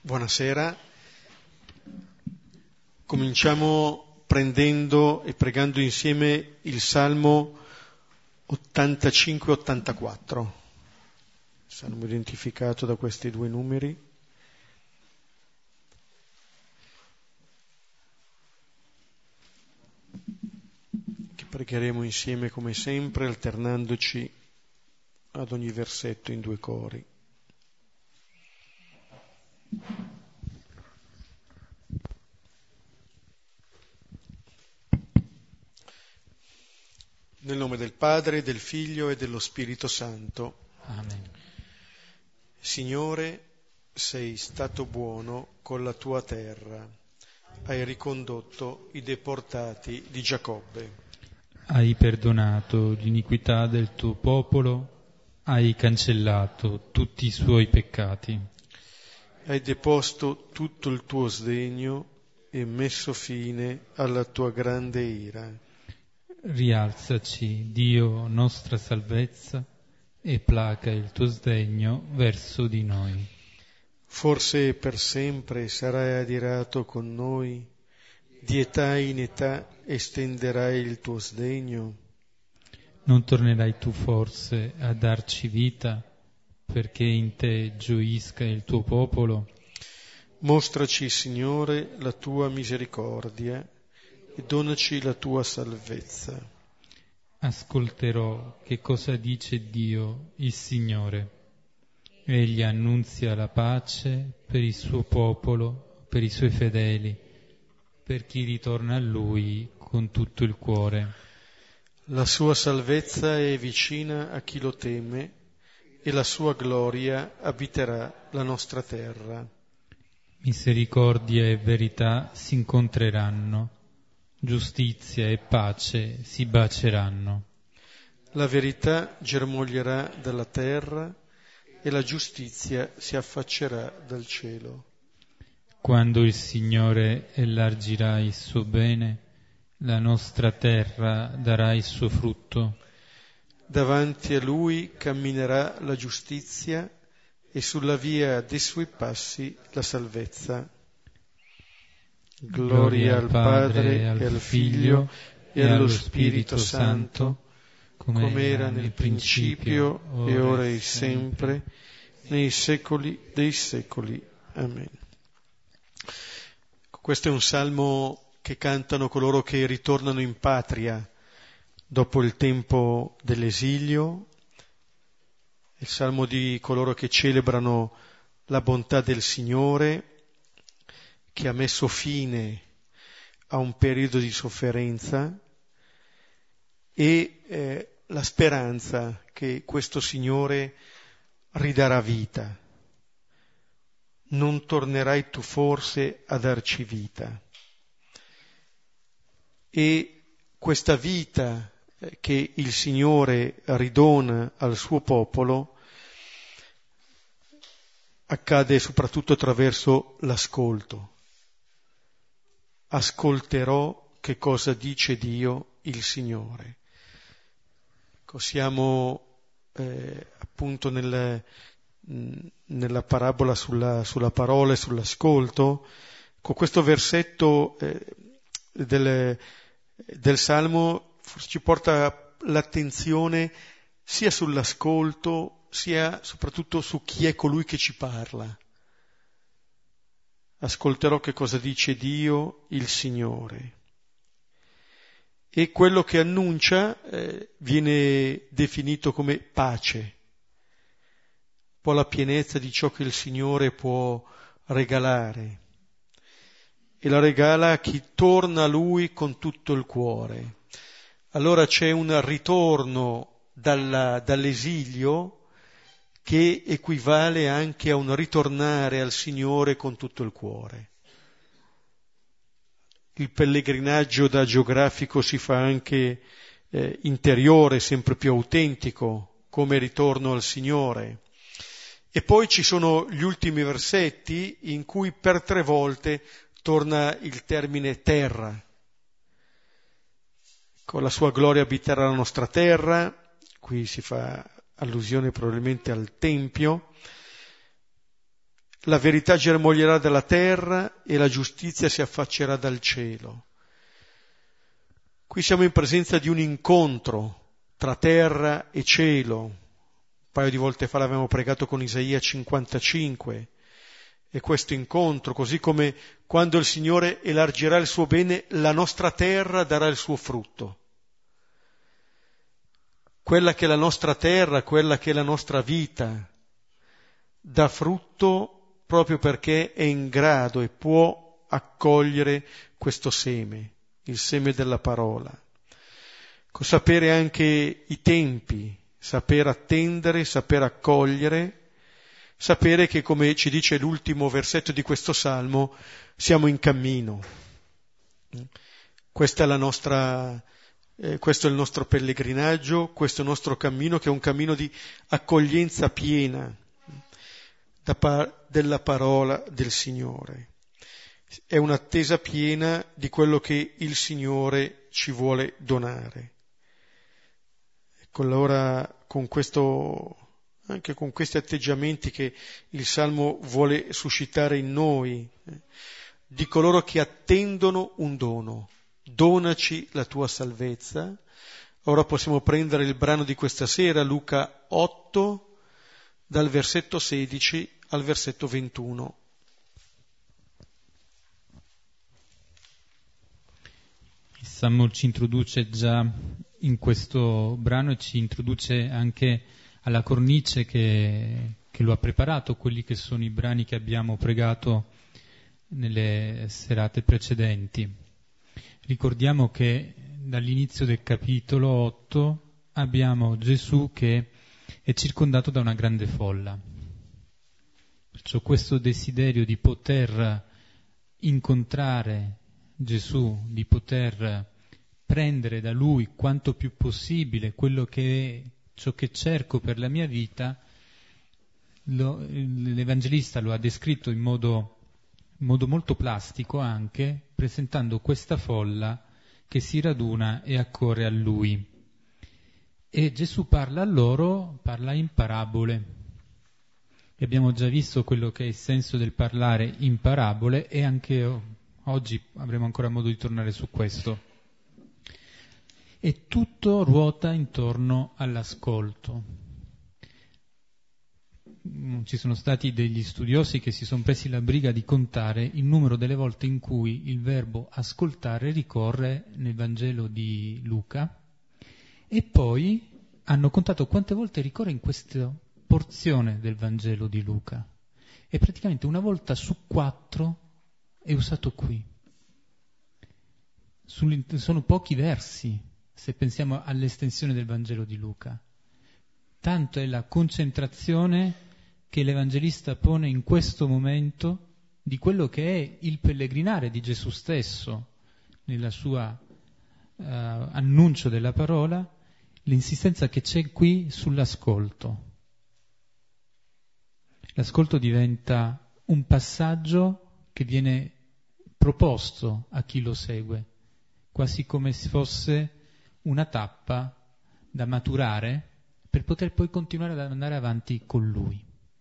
Buonasera. Cominciamo prendendo e pregando insieme il Salmo 85-84, salmo identificato da questi due numeri. Che pregheremo insieme come sempre, alternandoci ad ogni versetto in due cori. Nel nome del Padre, del Figlio e dello Spirito Santo. Amen. Signore, sei stato buono con la tua terra, hai ricondotto i deportati di Giacobbe. Hai perdonato l'iniquità del tuo popolo, hai cancellato tutti i suoi peccati. Hai deposto tutto il tuo sdegno e messo fine alla tua grande ira. Rialzaci, Dio, nostra salvezza, e placa il tuo sdegno verso di noi. Forse per sempre sarai adirato con noi, di età in età estenderai il tuo sdegno. Non tornerai tu forse a darci vita, perché in te gioisca il tuo popolo? Mostraci, Signore, la tua misericordia e donaci la tua salvezza. Ascolterò che cosa dice Dio, il Signore. Egli annunzia la pace per il suo popolo, per i suoi fedeli, per chi ritorna a Lui con tutto il cuore. La sua salvezza è vicina a chi lo teme e la sua gloria abiterà la nostra terra. Misericordia e verità si incontreranno, giustizia e pace si baceranno. La verità germoglierà dalla terra e la giustizia si affaccerà dal cielo. Quando il Signore elargirà il suo bene, la nostra terra darà il suo frutto. Davanti a lui camminerà la giustizia e sulla via dei suoi passi la salvezza. Gloria al Padre e al Figlio e allo Spirito Santo, come era nel principio e ora e sempre, nei secoli dei secoli. Amen. Questo è un salmo che cantano coloro che ritornano in patria dopo il tempo dell'esilio, il salmo di coloro che celebrano la bontà del Signore, che ha messo fine a un periodo di sofferenza, e la speranza che questo Signore ridarà vita. Non tornerai tu forse a darci vita. E questa vita che il Signore ridona al suo popolo accade soprattutto attraverso l'ascolto. Ascolterò che cosa dice Dio, il Signore. Ecco, siamo appunto nella parabola sulla parola e sull'ascolto. Con questo versetto del Salmo forse ci porta l'attenzione sia sull'ascolto, sia soprattutto su chi è colui che ci parla. Ascolterò che cosa dice Dio, il Signore. E quello che annuncia viene definito come pace, un po' la pienezza di ciò che il Signore può regalare. E la regala a chi torna a Lui con tutto il cuore. Allora c'è un ritorno dall'esilio che equivale anche a un ritornare al Signore con tutto il cuore. Il pellegrinaggio da geografico si fa anche interiore, sempre più autentico, come ritorno al Signore. E poi ci sono gli ultimi versetti in cui per 3 volte torna il termine terra. Con la sua gloria abiterà la nostra terra, qui si fa allusione probabilmente al Tempio. la verità germoglierà dalla terra e la giustizia si affaccerà dal cielo. Qui siamo in presenza di un incontro tra terra e cielo. Un paio di volte fa l'avevamo pregato con Isaia 55. E questo incontro, così come quando il Signore elargirà il suo bene, la nostra terra darà il suo frutto. Quella che è la nostra terra, quella che è la nostra vita, dà frutto proprio perché è in grado e può accogliere questo seme, il seme della parola. Sapere anche i tempi, saper attendere, saper accogliere, sapere che, come ci dice l'ultimo versetto di questo salmo, siamo in cammino. Questo è il nostro pellegrinaggio, questo è il nostro cammino, che è un cammino di accoglienza piena della parola del Signore. È un'attesa piena di quello che il Signore ci vuole donare. Ecco, allora anche con questi atteggiamenti che il Salmo vuole suscitare in noi, di coloro che attendono un dono. Donaci la tua salvezza. Ora possiamo prendere il brano di questa sera, Luca 8, dal versetto 16 al versetto 21. Il Salmo ci introduce già in questo brano e ci introduce anche alla cornice che lo ha preparato, quelli che sono i brani che abbiamo pregato nelle serate precedenti. Ricordiamo che dall'inizio del capitolo 8 abbiamo Gesù che è circondato da una grande folla. Perciò questo desiderio di poter incontrare Gesù, di poter prendere da Lui quanto più possibile quello che è ciò che cerco per la mia vita, l'Evangelista lo ha descritto in modo molto plastico anche, presentando questa folla che si raduna e accorre a Lui. E Gesù parla a loro, parla in parabole. E abbiamo già visto quello che è il senso del parlare in parabole e anche oggi avremo ancora modo di tornare su questo. E tutto ruota intorno all'ascolto. Ci sono stati degli studiosi che si sono presi la briga di contare il numero delle volte in cui il verbo ascoltare ricorre nel Vangelo di Luca e poi hanno contato quante volte ricorre in questa porzione del Vangelo di Luca. E praticamente una volta su 4 è usato qui. Sono pochi versi, se pensiamo all'estensione del Vangelo di Luca. Tanto è la concentrazione che l'Evangelista pone in questo momento di quello che è il pellegrinare di Gesù stesso nella sua annuncio della parola, l'insistenza che c'è qui sull'ascolto. L'ascolto diventa un passaggio che viene proposto a chi lo segue, quasi come se fosse una tappa da maturare per poter poi continuare ad andare avanti con Lui.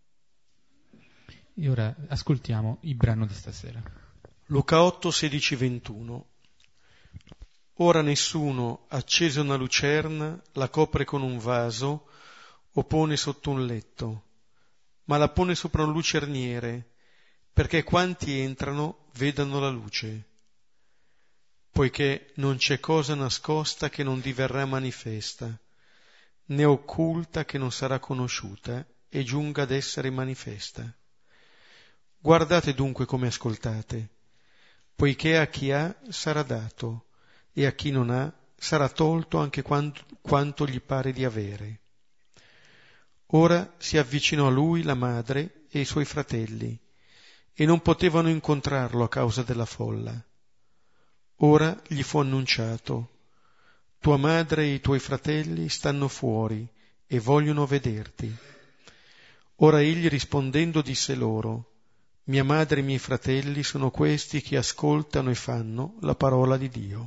E ora ascoltiamo il brano di stasera. Luca 8, 16, 21. Ora nessuno, accesa una lucerna, la copre con un vaso o pone sotto un letto, ma la pone sopra un lucerniere, perché quanti entrano vedano la luce. Poiché non c'è cosa nascosta che non diverrà manifesta, né occulta che non sarà conosciuta e giunga ad essere manifesta. Guardate dunque come ascoltate, poiché a chi ha sarà dato, e a chi non ha sarà tolto anche quanto gli pare di avere. Ora si avvicinò a lui la madre e i suoi fratelli, e non potevano incontrarlo a causa della folla. Ora gli fu annunciato: tua madre e i tuoi fratelli stanno fuori e vogliono vederti. Ora egli rispondendo disse loro: mia madre e i miei fratelli sono questi che ascoltano e fanno la parola di Dio.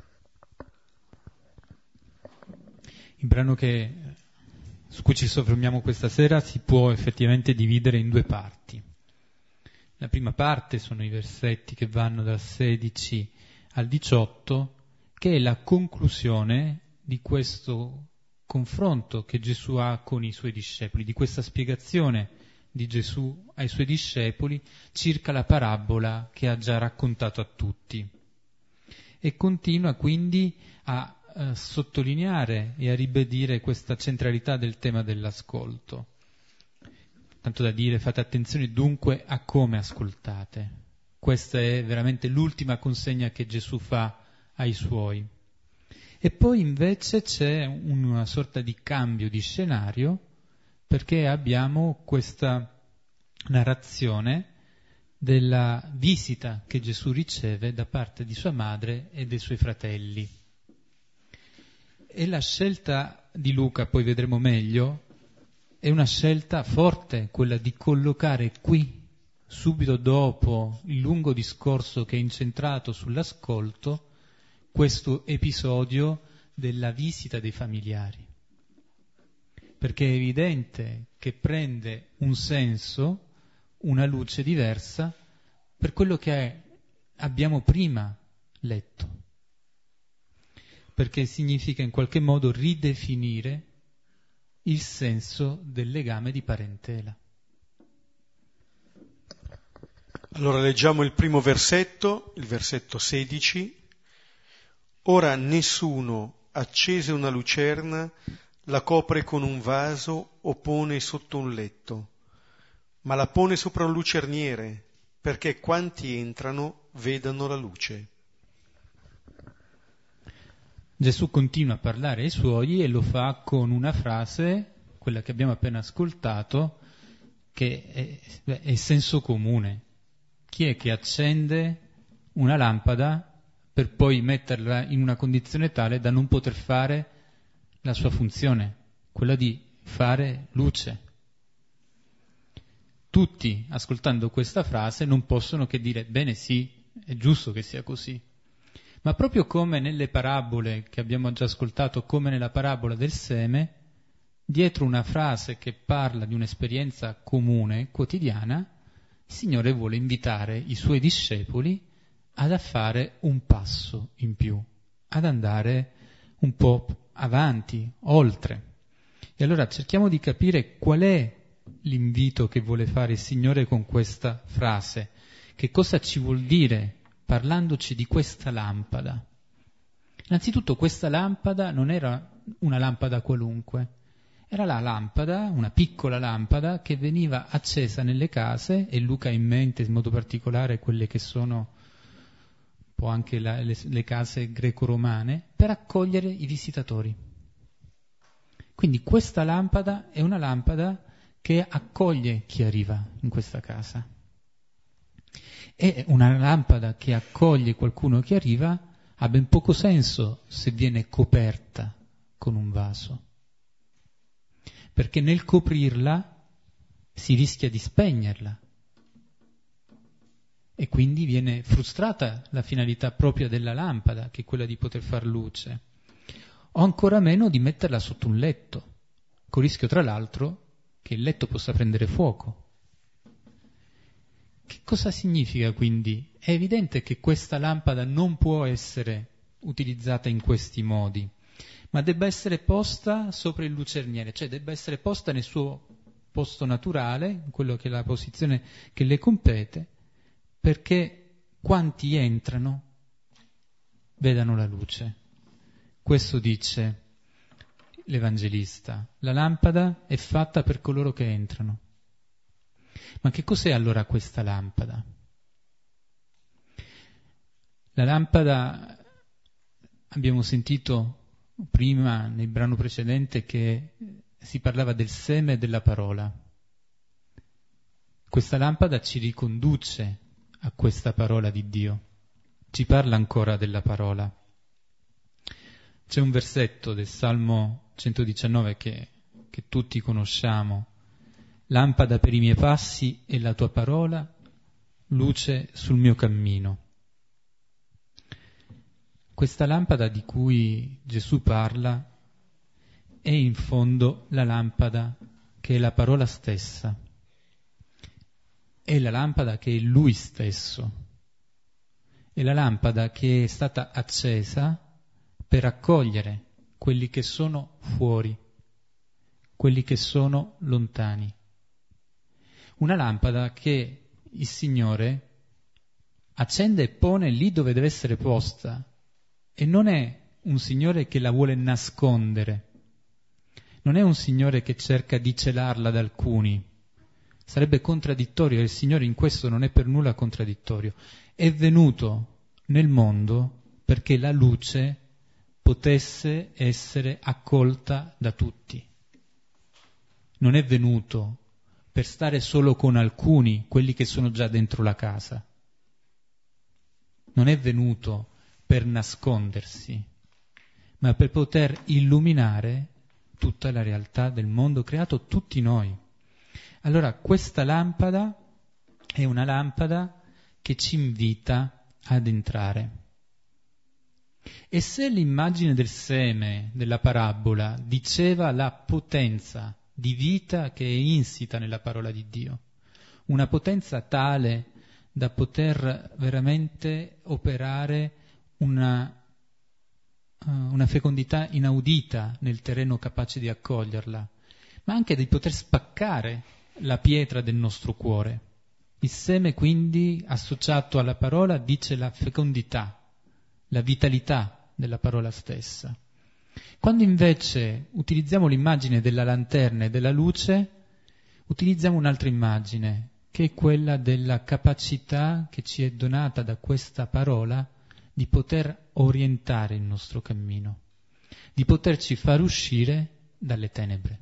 Il brano su cui ci soffermiamo questa sera si può effettivamente dividere in due parti. La prima parte sono i versetti che vanno dal 16 al 18, che è la conclusione di questo confronto che Gesù ha con i suoi discepoli, di questa spiegazione di Gesù ai suoi discepoli circa la parabola che ha già raccontato a tutti. E continua quindi a sottolineare e a ribadire questa centralità del tema dell'ascolto. Tanto da dire, fate attenzione dunque a come ascoltate. Questa è veramente l'ultima consegna che Gesù fa ai suoi. E poi invece c'è una sorta di cambio di scenario, perché abbiamo questa narrazione della visita che Gesù riceve da parte di sua madre e dei suoi fratelli. E la scelta di Luca, poi vedremo meglio, è una scelta forte, quella di collocare qui, subito dopo il lungo discorso che è incentrato sull'ascolto, questo episodio della visita dei familiari. Perché è evidente che prende un senso, una luce diversa, per quello che abbiamo prima letto. Perché significa in qualche modo ridefinire il senso del legame di parentela. Allora leggiamo il primo versetto, il versetto 16. Ora nessuno, accese una lucerna, la copre con un vaso o pone sotto un letto, ma la pone sopra un lucerniere, perché quanti entrano vedano la luce. Gesù continua a parlare ai suoi e lo fa con una frase, quella che abbiamo appena ascoltato, che è senso comune. Chi è che accende una lampada per poi metterla in una condizione tale da non poter fare la sua funzione, quella di fare luce? Tutti, ascoltando questa frase, non possono che dire, bene sì, è giusto che sia così. Ma proprio come nelle parabole che abbiamo già ascoltato, come nella parabola del seme, dietro una frase che parla di un'esperienza comune, quotidiana, il Signore vuole invitare i suoi discepoli ad fare un passo in più, ad andare un po' avanti, oltre. E allora cerchiamo di capire qual è l'invito che vuole fare il Signore con questa frase. Che cosa ci vuol dire parlandoci di questa lampada? Innanzitutto questa lampada non era una lampada qualunque, era la lampada, una piccola lampada che veniva accesa nelle case, e Luca ha in mente in modo particolare quelle che sono un po' anche le case greco-romane, per accogliere i visitatori. Quindi questa lampada è una lampada che accoglie chi arriva in questa casa. È una lampada che accoglie qualcuno che arriva, ha ben poco senso se viene coperta con un vaso. Perché nel coprirla si rischia di spegnerla e quindi viene frustrata la finalità propria della lampada, che è quella di poter far luce, o ancora meno di metterla sotto un letto, con il rischio tra l'altro che il letto possa prendere fuoco. Che cosa significa quindi? È evidente che questa lampada non può essere utilizzata in questi modi, ma debba essere posta sopra il lucerniere, cioè debba essere posta nel suo posto naturale, in quello che è la posizione che le compete, perché quanti entrano vedano la luce. Questo dice l'Evangelista. La lampada è fatta per coloro che entrano. Ma che cos'è allora questa lampada? La lampada, abbiamo sentito prima nel brano precedente che si parlava del seme e della parola. Questa lampada ci riconduce a questa parola di Dio, ci parla ancora della parola. C'è un versetto del Salmo 119 che tutti conosciamo: lampada per i miei passi è la tua parola, luce sul mio cammino. Questa lampada di cui Gesù parla è in fondo la lampada che è la parola stessa. è la lampada che è Lui stesso. È la lampada che è stata accesa per accogliere quelli che sono fuori, quelli che sono lontani. Una lampada che il Signore accende e pone lì dove deve essere posta, e non è un Signore che la vuole nascondere, non è un Signore che cerca di celarla da alcuni. Sarebbe contraddittorio, e il Signore in questo non è per nulla contraddittorio. È venuto nel mondo perché la luce potesse essere accolta da tutti. Non è venuto per stare solo con alcuni, quelli che sono già dentro la casa. Non è venuto per nascondersi, ma per poter illuminare tutta la realtà del mondo creato, tutti noi. Allora questa lampada è una lampada che ci invita ad entrare. E se l'immagine del seme della parabola diceva la potenza di vita che è insita nella parola di Dio, una potenza tale da poter veramente operare una fecondità inaudita nel terreno capace di accoglierla, ma anche di poter spaccare la pietra del nostro cuore. Il seme quindi associato alla parola dice la fecondità, la vitalità della parola stessa. Quando invece utilizziamo l'immagine della lanterna e della luce, utilizziamo un'altra immagine, che è quella della capacità che ci è donata da questa parola di poter orientare il nostro cammino, di poterci far uscire dalle tenebre,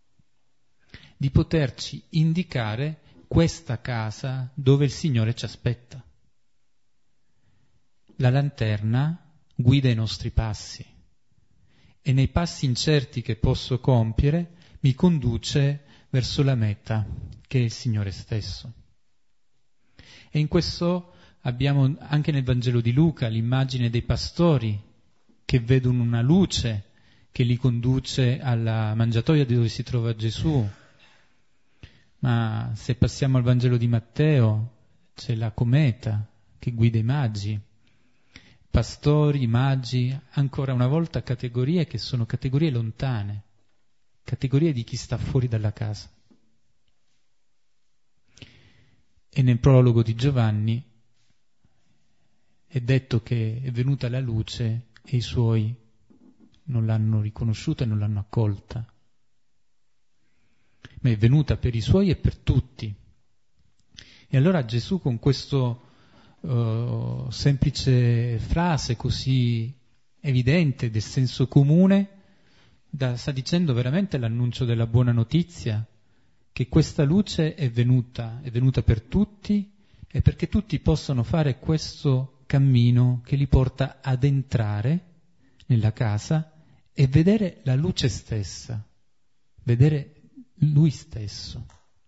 di poterci indicare questa casa dove il Signore ci aspetta. La lanterna guida i nostri passi e nei passi incerti che posso compiere mi conduce verso la meta, che è il Signore stesso. E in questo abbiamo anche nel Vangelo di Luca l'immagine dei pastori che vedono una luce che li conduce alla mangiatoia dove si trova Gesù. Ma se passiamo al Vangelo di Matteo c'è la cometa che guida i magi, pastori, magi, ancora una volta categorie che sono categorie lontane, categorie di chi sta fuori dalla casa. E nel prologo di Giovanni è detto che è venuta la luce e i suoi non l'hanno riconosciuta e non l'hanno accolta. Ma è venuta per i suoi e per tutti. E allora Gesù con questo semplice frase così evidente del senso comune sta dicendo veramente l'annuncio della buona notizia, che questa luce è venuta per tutti e perché tutti possono fare questo cammino che li porta ad entrare nella casa e vedere la luce stessa, vedere Lui stesso.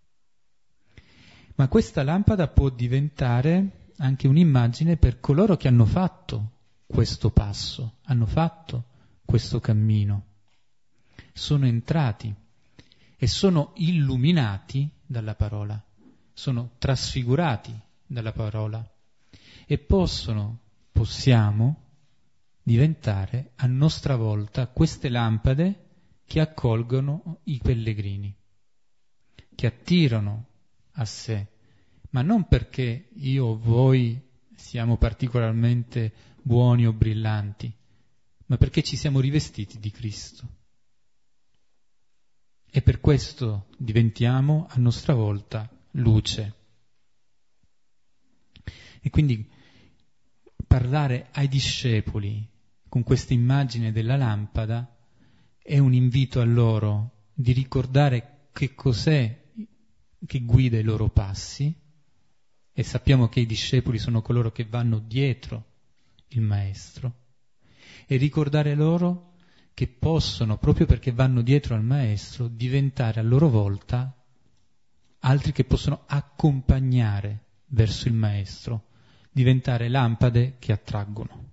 Ma questa lampada può diventare anche un'immagine per coloro che hanno fatto questo passo, hanno fatto questo cammino, sono entrati e sono illuminati dalla parola, sono trasfigurati dalla parola e possiamo diventare a nostra volta queste lampade che accolgono i pellegrini, che attirano a sé, ma non perché io o voi siamo particolarmente buoni o brillanti, ma perché ci siamo rivestiti di Cristo. E per questo diventiamo a nostra volta luce. E quindi parlare ai discepoli con questa immagine della lampada è un invito a loro di ricordare che cos'è che guida i loro passi, e sappiamo che i discepoli sono coloro che vanno dietro il Maestro, e ricordare loro che possono, proprio perché vanno dietro al Maestro, diventare a loro volta altri che possono accompagnare verso il Maestro, diventare lampade che attraggono.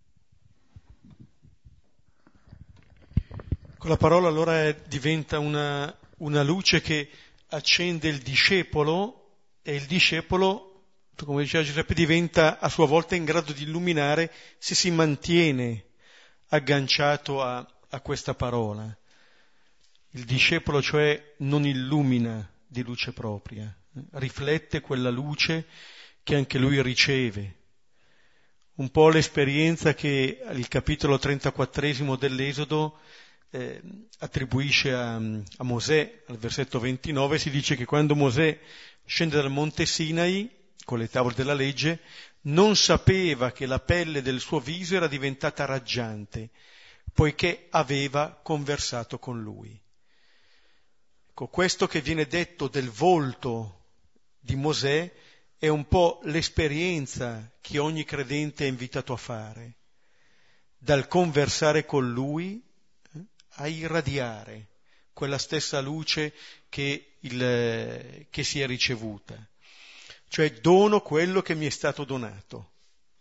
Con la parola allora diventa una luce che accende il discepolo e il discepolo, come diceva Giuseppe, diventa a sua volta in grado di illuminare se si mantiene agganciato a questa parola. Il discepolo, cioè, non illumina di luce propria, riflette quella luce che anche lui riceve. Un po' l'esperienza che il capitolo 34 dell'Esodo attribuisce a Mosè. Al versetto 29 si dice che quando Mosè scende dal monte Sinai con le tavole della legge, non sapeva che la pelle del suo viso era diventata raggiante, poiché aveva conversato con lui. Ecco, questo che viene detto del volto di Mosè è un po' l'esperienza che ogni credente è invitato a fare, dal conversare con lui a irradiare quella stessa luce che si è ricevuta. Cioè dono quello che mi è stato donato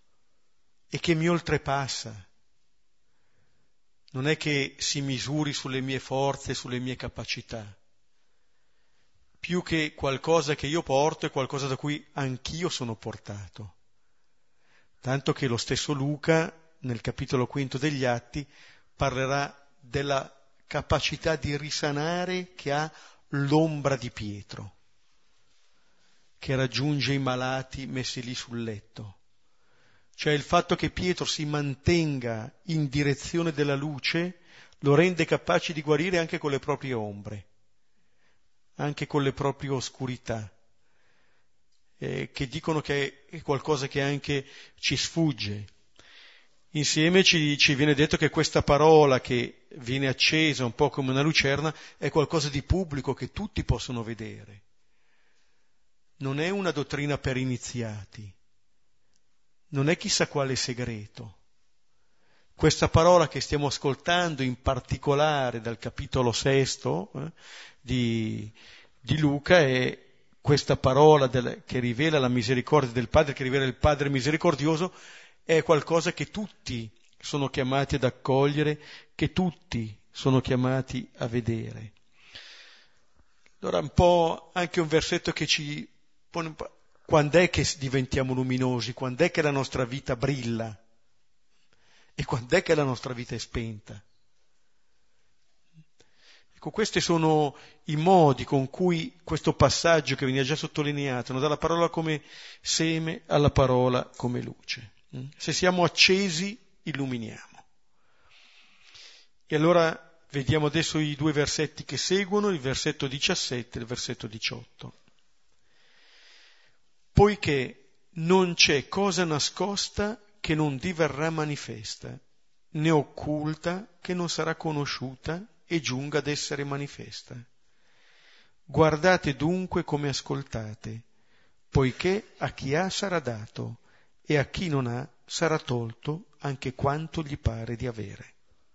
e che mi oltrepassa. Non è che si misuri sulle mie forze, sulle mie capacità. Più che qualcosa che io porto è qualcosa da cui anch'io sono portato. Tanto che lo stesso Luca, nel capitolo 5 degli Atti, parlerà della capacità di risanare che ha l'ombra di Pietro, che raggiunge i malati messi lì sul letto. Cioè il fatto che Pietro si mantenga in direzione della luce lo rende capace di guarire anche con le proprie ombre, anche con le proprie oscurità, che dicono che è qualcosa che anche ci sfugge. Insieme ci viene detto che questa parola che viene accesa un po' come una lucerna è qualcosa di pubblico che tutti possono vedere. Non è una dottrina per iniziati, non è chissà quale segreto. Questa parola che stiamo ascoltando in particolare dal capitolo 6 di Luca è questa parola che rivela la misericordia del Padre, che rivela il Padre misericordioso, è qualcosa che tutti sono chiamati ad accogliere, che tutti sono chiamati a vedere. Allora un po' anche un versetto che ci pone un po'. Quando è che diventiamo luminosi? Quando è che la nostra vita brilla? E quando è che la nostra vita è spenta? Ecco, questi sono i modi con cui questo passaggio che veniva già sottolineato, dalla parola come seme alla parola come luce. Se siamo accesi, illuminiamo. E allora vediamo adesso i due versetti che seguono, il versetto 17 e il versetto 18. Poiché non c'è cosa nascosta che non diverrà manifesta, né occulta che non sarà conosciuta e giunga ad essere manifesta. Guardate dunque come ascoltate, poiché a chi ha sarà dato e a chi non ha sarà tolto anche quanto gli pare di avere.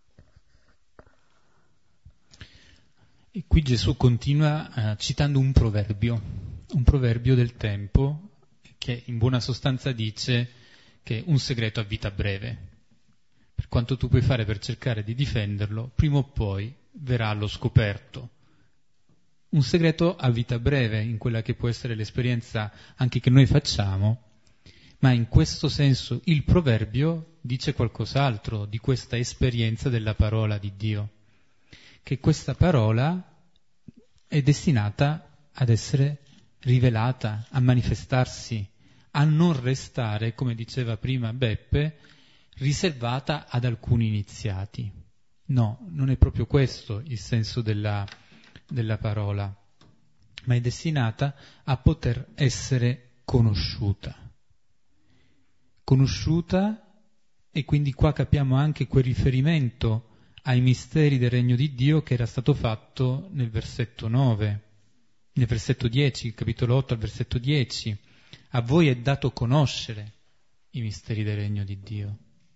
E qui Gesù continua citando un proverbio del tempo, che in buona sostanza dice che un segreto ha vita breve. Per quanto tu puoi fare per cercare di difenderlo, prima o poi verrà allo scoperto. Un segreto ha vita breve in quella che può essere l'esperienza anche che noi facciamo, ma in questo senso il proverbio dice qualcos'altro di questa esperienza della parola di Dio, che questa parola è destinata ad essere rivelata, a manifestarsi, a non restare, come diceva prima Beppe, riservata ad alcuni iniziati. No, non è proprio questo il senso della parola, ma è destinata a poter essere conosciuta. Conosciuta, e quindi qua capiamo anche quel riferimento ai misteri del regno di Dio che era stato fatto nel versetto 9, nel versetto 10, il capitolo 8 al versetto 10. A voi è dato conoscere i misteri del regno di Dio.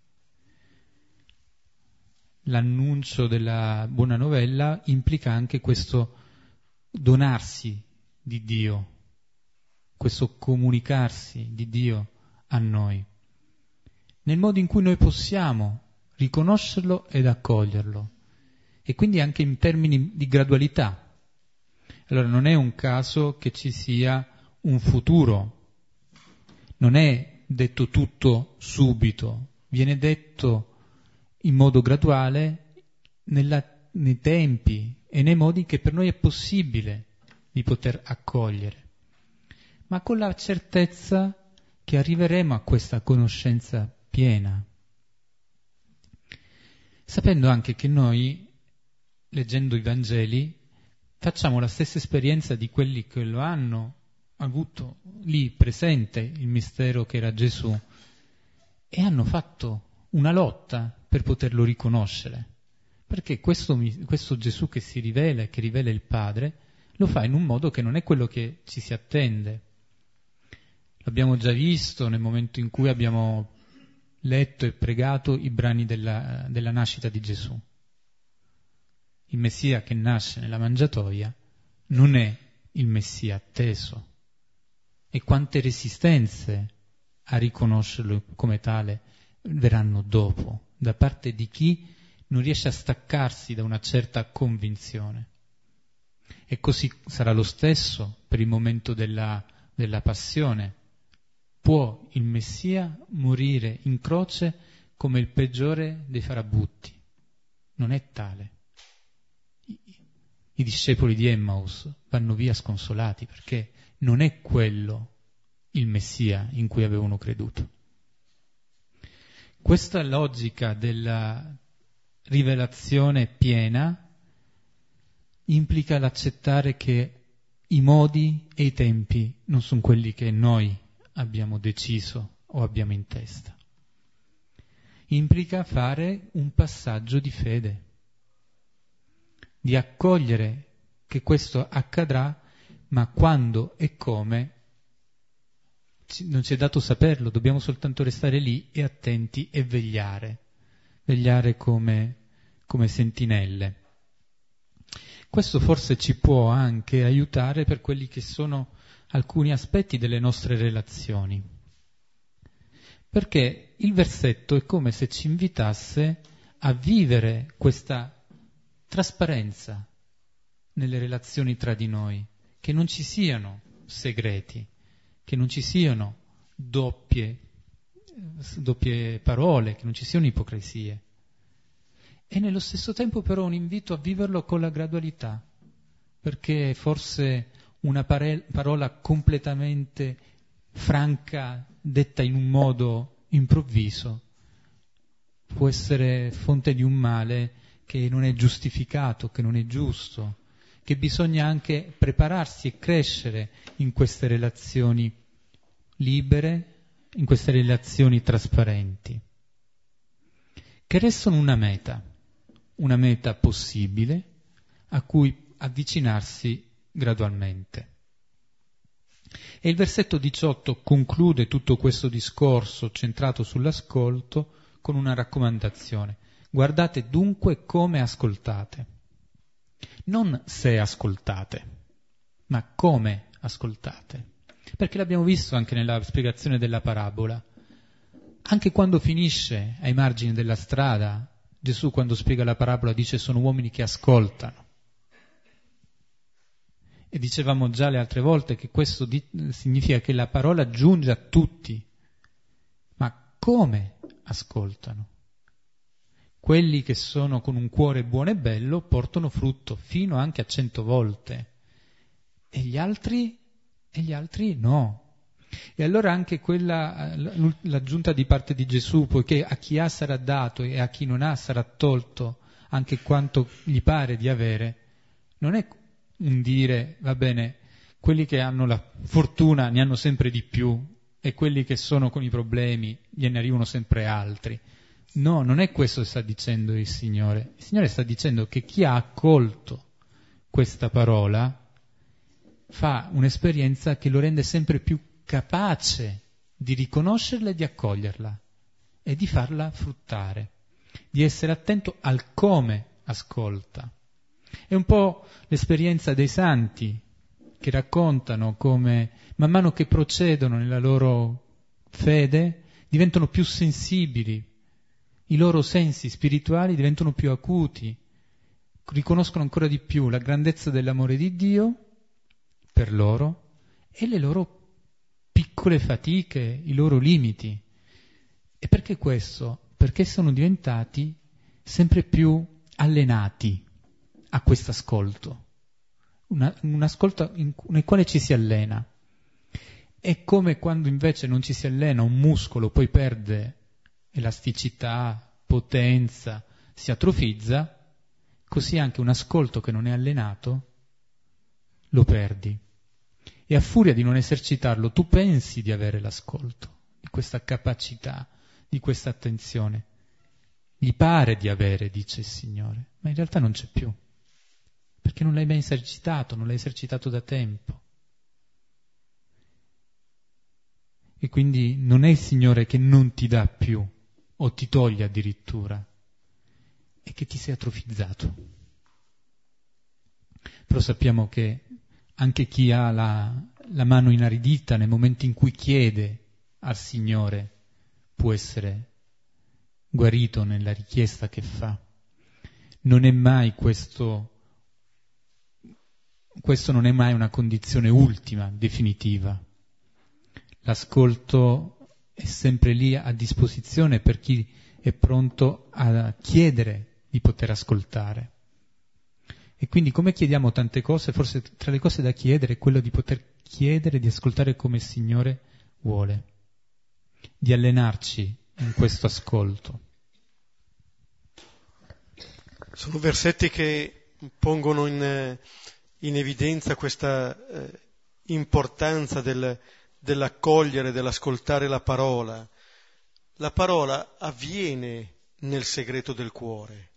L'annuncio della buona novella implica anche questo donarsi di Dio, questo comunicarsi di Dio a noi, nel modo in cui noi possiamo riconoscerlo ed accoglierlo, e quindi anche in termini di gradualità. Allora non è un caso che ci sia un futuro, non è detto tutto subito, viene detto in modo graduale nei tempi e nei modi che per noi è possibile di poter accogliere, ma con la certezza che arriveremo a questa conoscenza piena, sapendo anche che noi, leggendo i Vangeli, facciamo la stessa esperienza di quelli che lo hanno avuto lì presente, il mistero che era Gesù, e hanno fatto una lotta per poterlo riconoscere, perché questo Gesù che si rivela e che rivela il Padre lo fa in un modo che non è quello che ci si attende. L'abbiamo già visto nel momento in cui abbiamo letto e pregato i brani della nascita di Gesù. Il Messia che nasce nella mangiatoia non è il Messia atteso. E quante resistenze a riconoscerlo come tale verranno dopo, da parte di chi non riesce a staccarsi da una certa convinzione. E così sarà lo stesso per il momento della passione. Può il Messia morire in croce come il peggiore dei farabutti? Non è tale. I discepoli di Emmaus vanno via sconsolati perché non è quello il Messia in cui avevano creduto. Questa logica della rivelazione piena implica l'accettare che i modi e i tempi non sono quelli che noi abbiamo deciso o abbiamo in testa. Implica fare un passaggio di fede, di accogliere che questo accadrà, ma quando e come non ci è dato saperlo, dobbiamo soltanto restare lì e attenti e vegliare come sentinelle. Questo forse ci può anche aiutare per quelli che sono alcuni aspetti delle nostre relazioni, perché il versetto è come se ci invitasse a vivere questa trasparenza nelle relazioni tra di noi, che non ci siano segreti, che non ci siano doppie parole, che non ci siano ipocrisie. E nello stesso tempo però un invito a viverlo con la gradualità, perché forse una parola completamente franca, detta in un modo improvviso, può essere fonte di un male che non è giustificato, che non è giusto, che bisogna anche prepararsi e crescere in queste relazioni libere, in queste relazioni trasparenti, che restano una meta possibile a cui avvicinarsi gradualmente. E il versetto 18 conclude tutto questo discorso centrato sull'ascolto con una raccomandazione. Guardate dunque come ascoltate. Non se ascoltate, ma come ascoltate. Perché l'abbiamo visto anche nella spiegazione della parabola. Anche quando finisce ai margini della strada, Gesù quando spiega la parabola dice sono uomini che ascoltano. E dicevamo già le altre volte che questo significa che la parola giunge a tutti. Ma come ascoltano? Quelli che sono con un cuore buono e bello portano frutto fino anche a 100 volte. E gli altri no. E allora anche l'aggiunta di parte di Gesù, poiché a chi ha sarà dato e a chi non ha sarà tolto anche quanto gli pare di avere, non è un dire, va bene, quelli che hanno la fortuna ne hanno sempre di più e quelli che sono con i problemi gliene arrivano sempre altri. No, non è questo che sta dicendo il Signore. Il Signore sta dicendo che chi ha accolto questa parola fa un'esperienza che lo rende sempre più capace di riconoscerla e di accoglierla e di farla fruttare, di essere attento al come ascolta. È un po' l'esperienza dei santi che raccontano come man mano che procedono nella loro fede diventano più sensibili, i loro sensi spirituali diventano più acuti, riconoscono ancora di più la grandezza dell'amore di Dio per loro e le loro piccole fatiche, i loro limiti. E perché questo? Perché sono diventati sempre più allenati a questo ascolto. Un ascolto nel quale ci si allena. È come quando invece non ci si allena un muscolo, poi perde elasticità, potenza, si atrofizza, così anche un ascolto che non è allenato lo perdi. E a furia di non esercitarlo tu pensi di avere l'ascolto, di questa capacità, di questa attenzione. Gli pare di avere, dice il Signore, ma in realtà non c'è più. Perché non l'hai mai esercitato, non l'hai esercitato da tempo. E quindi non è il Signore che non ti dà più, o ti toglie addirittura, è che ti sei atrofizzato. Però sappiamo che anche chi ha la mano inaridita nel momento in cui chiede al Signore può essere guarito nella richiesta che fa. Non è mai questo non è mai una condizione ultima, definitiva. L'ascolto è sempre lì a disposizione per chi è pronto a chiedere di poter ascoltare. E quindi come chiediamo tante cose, forse tra le cose da chiedere è quello di poter chiedere di ascoltare come il Signore vuole, di allenarci in questo ascolto. Sono versetti che pongono in evidenza questa importanza dell'accogliere, dell'ascoltare la parola. La parola avviene nel segreto del cuore.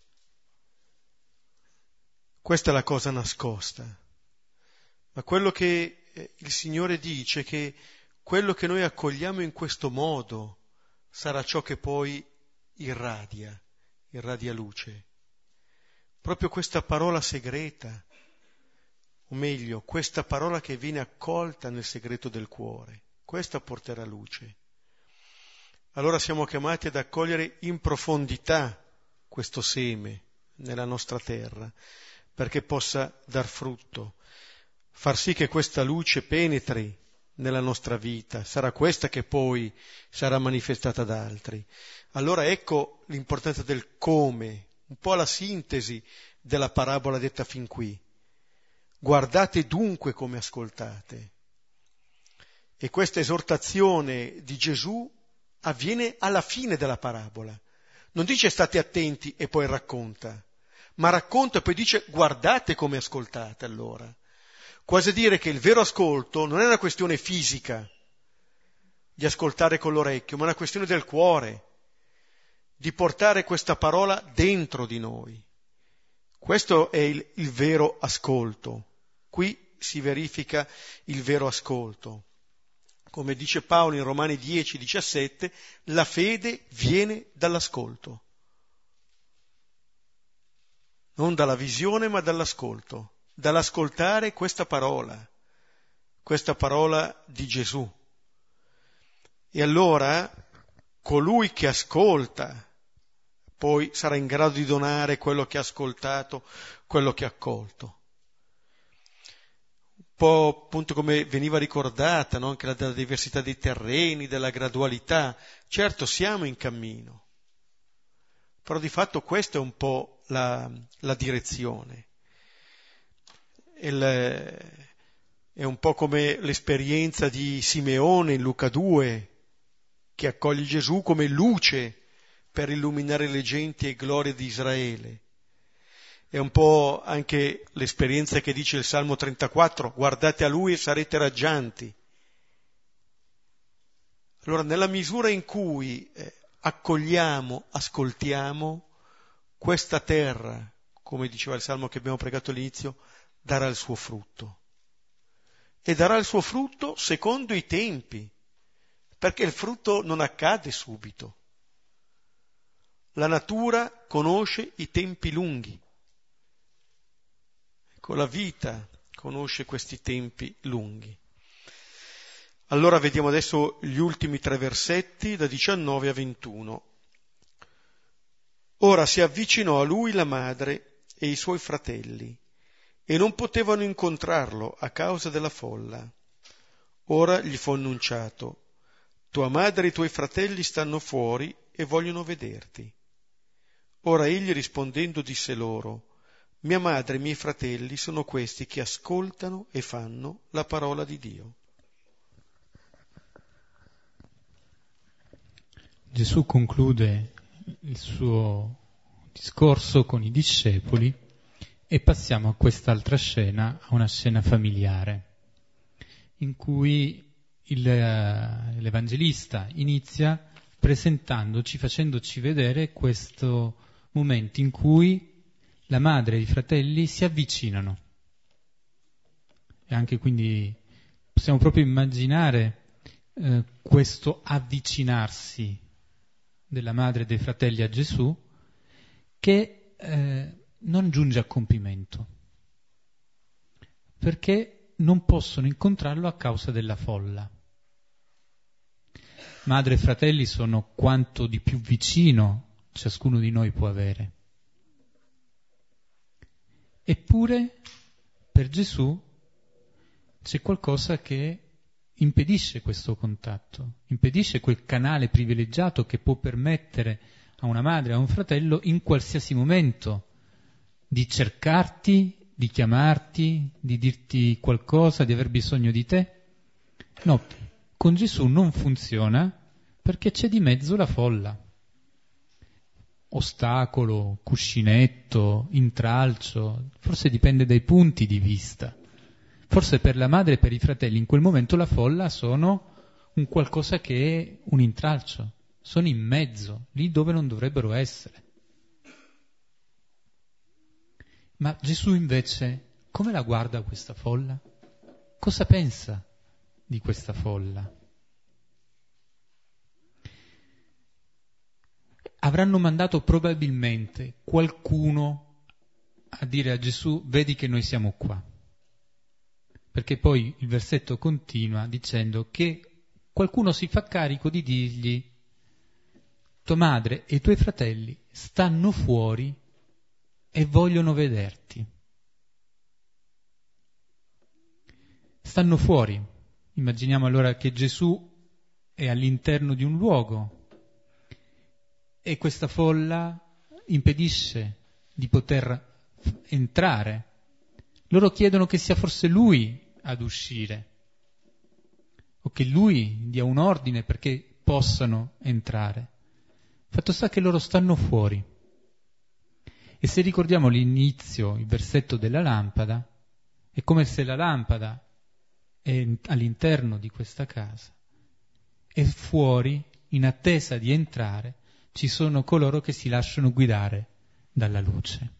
Questa è la cosa nascosta. Ma quello che il Signore dice è che quello che noi accogliamo in questo modo sarà ciò che poi irradia luce. Proprio questa parola segreta, o meglio, questa parola che viene accolta nel segreto del cuore, questa porterà luce. Allora siamo chiamati ad accogliere in profondità questo seme nella nostra terra, perché possa dar frutto, far sì che questa luce penetri nella nostra vita, sarà questa che poi sarà manifestata ad altri. Allora ecco l'importanza del come, un po' la sintesi della parabola detta fin qui. Guardate dunque come ascoltate. E questa esortazione di Gesù avviene alla fine della parabola. Non dice state attenti e poi racconta, ma racconta e poi dice guardate come ascoltate allora. Quasi a dire che il vero ascolto non è una questione fisica, di ascoltare con l'orecchio, ma è una questione del cuore, di portare questa parola dentro di noi. Questo è il vero ascolto. Qui si verifica il vero ascolto. Come dice Paolo in Romani 10:17, la fede viene dall'ascolto. Non dalla visione, ma dall'ascolto. Dall'ascoltare questa parola di Gesù. E allora colui che ascolta poi sarà in grado di donare quello che ha ascoltato, quello che ha accolto. Un po' appunto come veniva ricordata, no? Anche la diversità dei terreni, della gradualità. Certo siamo in cammino, però di fatto questa è un po' la direzione. È un po' come l'esperienza di Simeone in Luca 2, che accoglie Gesù come luce per illuminare le genti e glorie di Israele. È un po' anche l'esperienza che dice il Salmo 34, guardate a Lui e sarete raggianti. Allora, nella misura in cui accogliamo, ascoltiamo, questa terra, come diceva il Salmo che abbiamo pregato all'inizio, darà il suo frutto. E darà il suo frutto secondo i tempi, perché il frutto non accade subito. La natura conosce i tempi lunghi. Ecco, la vita conosce questi tempi lunghi. Allora vediamo adesso gli ultimi 3 versetti, da 19 a 21. Ora si avvicinò a lui la madre e i suoi fratelli, e non potevano incontrarlo a causa della folla. Ora gli fu annunciato: tua madre e i tuoi fratelli stanno fuori e vogliono vederti. Ora egli rispondendo disse loro: mia madre e i miei fratelli sono questi che ascoltano e fanno la parola di Dio. Gesù conclude il suo discorso con i discepoli e passiamo a quest'altra scena, a una scena familiare, in cui l'Evangelista inizia presentandoci, facendoci vedere questo momento in cui la madre e i fratelli si avvicinano. E anche quindi possiamo proprio immaginare questo avvicinarsi della madre e dei fratelli a Gesù, che non giunge a compimento, perché non possono incontrarlo a causa della folla. Madre e fratelli sono quanto di più vicino ciascuno di noi può avere. Eppure per Gesù c'è qualcosa che impedisce questo contatto, impedisce quel canale privilegiato che può permettere a una madre e a un fratello in qualsiasi momento di cercarti, di chiamarti, di dirti qualcosa, di aver bisogno di te. No, con Gesù non funziona perché c'è di mezzo la folla. Ostacolo, cuscinetto, intralcio, forse dipende dai punti di vista. Forse per la madre e per i fratelli in quel momento la folla sono un qualcosa che è un intralcio, sono in mezzo, lì dove non dovrebbero essere. Ma Gesù invece come la guarda questa folla? Cosa pensa di questa folla? Avranno mandato probabilmente qualcuno a dire a Gesù: vedi che noi siamo qua. Perché poi il versetto continua dicendo che qualcuno si fa carico di dirgli: tua madre e i tuoi fratelli stanno fuori e vogliono vederti. Stanno fuori. Immaginiamo allora che Gesù è all'interno di un luogo e questa folla impedisce di poter entrare. Loro chiedono che sia forse lui ad uscire o che lui dia un ordine perché possano entrare. Fatto sta che loro stanno fuori. E se ricordiamo l'inizio, il versetto della lampada, è come se la lampada è all'interno di questa casa e fuori, in attesa di entrare, ci sono coloro che si lasciano guidare dalla luce.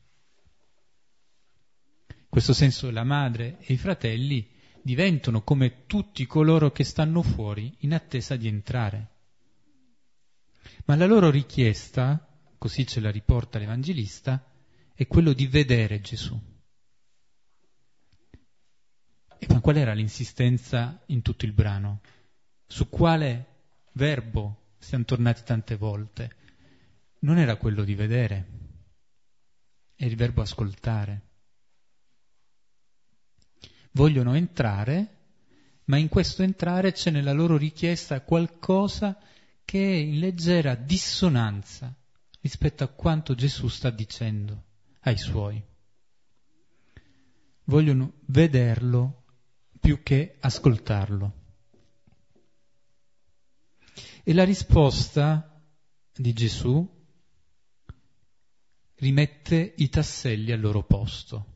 In questo senso la madre e i fratelli diventano come tutti coloro che stanno fuori in attesa di entrare. Ma la loro richiesta, così ce la riporta l'Evangelista, è quello di vedere Gesù. E ma qual era l'insistenza in tutto il brano? Su quale verbo siamo tornati tante volte? Non era quello di vedere, è il verbo ascoltare. Vogliono entrare, ma in questo entrare c'è nella loro richiesta qualcosa che è in leggera dissonanza rispetto a quanto Gesù sta dicendo ai suoi. Vogliono vederlo più che ascoltarlo. E la risposta di Gesù rimette i tasselli al loro posto.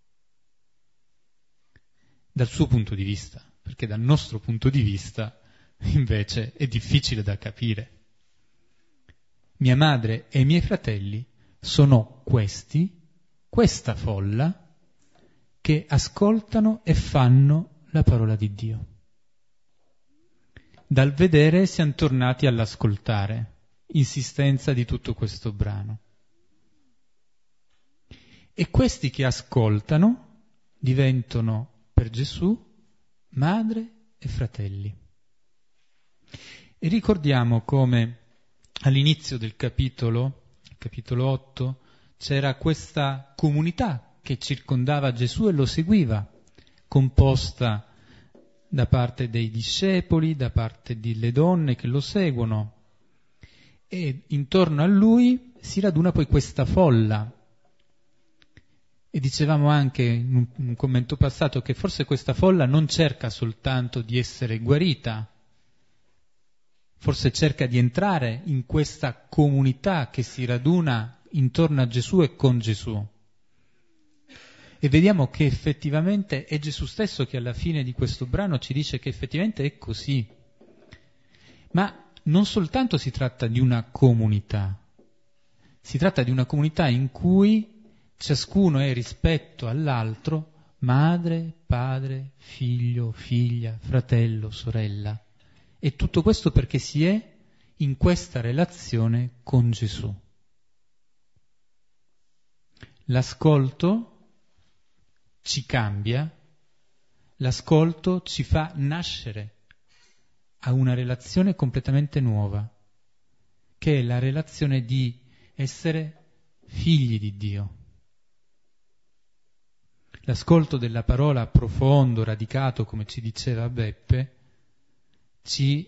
Dal suo punto di vista, perché dal nostro punto di vista invece è difficile da capire. Mia madre e i miei fratelli sono questa folla che ascoltano e fanno la parola di Dio. Dal vedere siamo tornati all'ascoltare, insistenza di tutto questo brano. E questi che ascoltano diventano per Gesù madre e fratelli. E ricordiamo come all'inizio del capitolo 8, c'era questa comunità che circondava Gesù e lo seguiva, composta da parte dei discepoli, da parte delle donne che lo seguono, e intorno a lui si raduna poi questa folla. E dicevamo anche in un commento passato che forse questa folla non cerca soltanto di essere guarita, forse cerca di entrare in questa comunità che si raduna intorno a Gesù e con Gesù. E vediamo che effettivamente è Gesù stesso che alla fine di questo brano ci dice che effettivamente è così. Ma non soltanto si tratta di una comunità, si tratta di una comunità in cui ciascuno è rispetto all'altro madre, padre, figlio, figlia, fratello, sorella. E tutto questo perché si è in questa relazione con Gesù. L'ascolto ci cambia, l'ascolto ci fa nascere a una relazione completamente nuova, che è la relazione di essere figli di Dio. L'ascolto della parola profondo, radicato, come ci diceva Beppe, ci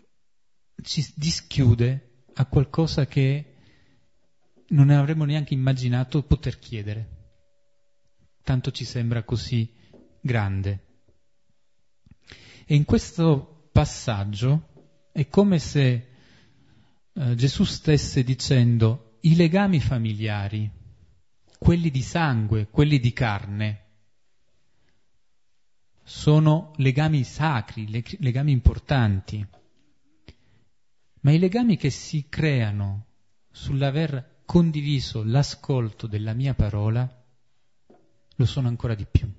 dischiude a qualcosa che non avremmo neanche immaginato poter chiedere. Tanto ci sembra così grande. E in questo passaggio è come se Gesù stesse dicendo: i legami familiari, quelli di sangue, quelli di carne, sono legami sacri, legami importanti, ma i legami che si creano sull'aver condiviso l'ascolto della mia parola lo sono ancora di più.